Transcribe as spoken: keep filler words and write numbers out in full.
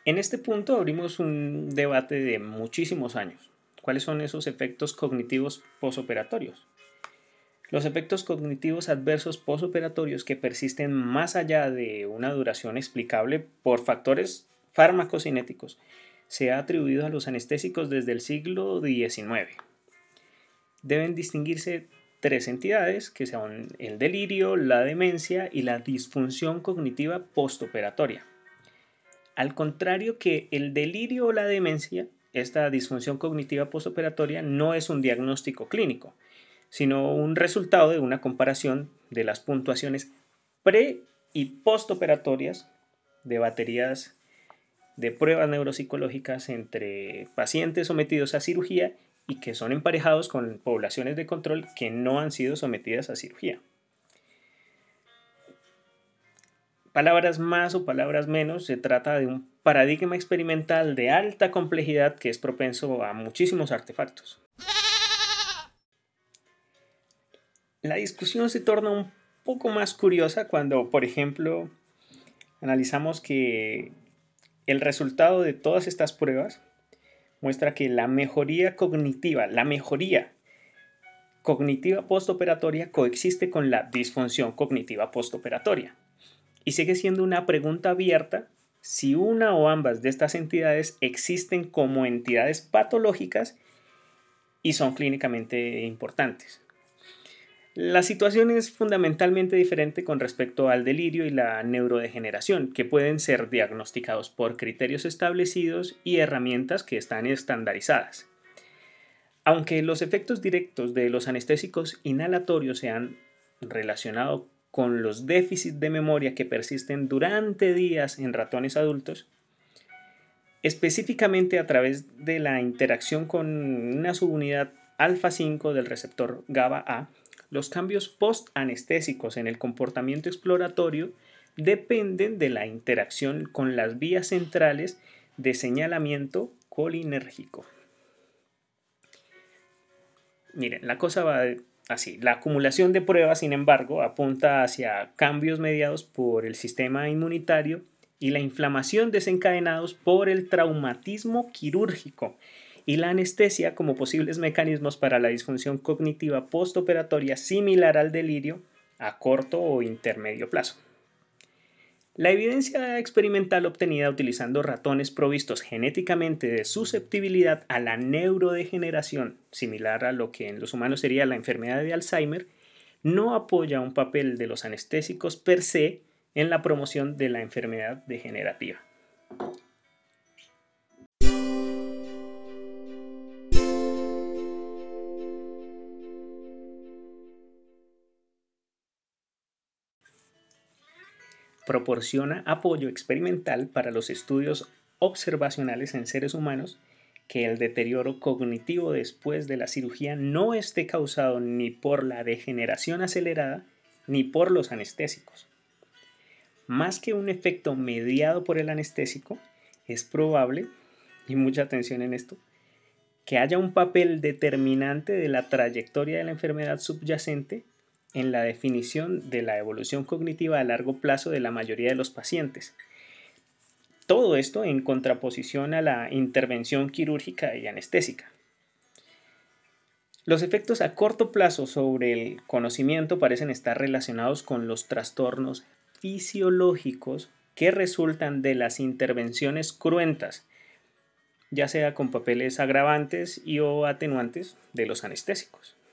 En este punto abrimos un debate de muchísimos años. ¿Cuáles son esos efectos cognitivos posoperatorios? Los efectos cognitivos adversos posoperatorios que persisten más allá de una duración explicable por factores farmacocinéticos se ha atribuido a los anestésicos desde el siglo diecinueve. Deben distinguirse tres entidades que son el delirio, la demencia y la disfunción cognitiva postoperatoria. Al contrario que el delirio o la demencia, esta disfunción cognitiva postoperatoria no es un diagnóstico clínico, sino un resultado de una comparación de las puntuaciones pre- y postoperatorias de baterías de pruebas neuropsicológicas entre pacientes sometidos a cirugía y que son emparejados con poblaciones de control que no han sido sometidas a cirugía. Palabras más o palabras menos, se trata de un paradigma experimental de alta complejidad que es propenso a muchísimos artefactos. La discusión se torna un poco más curiosa cuando, por ejemplo, analizamos que el resultado de todas estas pruebas muestra que la mejoría cognitiva, la mejoría cognitiva postoperatoria coexiste con la disfunción cognitiva postoperatoria. Y sigue siendo una pregunta abierta si una o ambas de estas entidades existen como entidades patológicas y son clínicamente importantes. La situación es fundamentalmente diferente con respecto al delirio y la neurodegeneración, que pueden ser diagnosticados por criterios establecidos y herramientas que están estandarizadas. Aunque los efectos directos de los anestésicos inhalatorios se han relacionado con los déficits de memoria que persisten durante días en ratones adultos, específicamente a través de la interacción con una subunidad alfa cinco del receptor GABA A, los cambios post-anestésicos en el comportamiento exploratorio dependen de la interacción con las vías centrales de señalamiento colinérgico. Miren, la cosa va así. La acumulación de pruebas, sin embargo, apunta hacia cambios mediados por el sistema inmunitario y la inflamación desencadenados por el traumatismo quirúrgico y la anestesia como posibles mecanismos para la disfunción cognitiva postoperatoria similar al delirio a corto o intermedio plazo. La evidencia experimental obtenida utilizando ratones provistos genéticamente de susceptibilidad a la neurodegeneración, similar a lo que en los humanos sería la enfermedad de Alzheimer, no apoya un papel de los anestésicos per se en la promoción de la enfermedad degenerativa. Proporciona apoyo experimental para los estudios observacionales en seres humanos que el deterioro cognitivo después de la cirugía no esté causado ni por la degeneración acelerada ni por los anestésicos. Más que un efecto mediado por el anestésico, es probable, y mucha atención en esto, que haya un papel determinante de la trayectoria de la enfermedad subyacente en la definición de la evolución cognitiva a largo plazo de la mayoría de los pacientes. Todo esto en contraposición a la intervención quirúrgica y anestésica. Los efectos a corto plazo sobre el conocimiento parecen estar relacionados con los trastornos fisiológicos que resultan de las intervenciones cruentas, ya sea con papeles agravantes y o atenuantes de los anestésicos.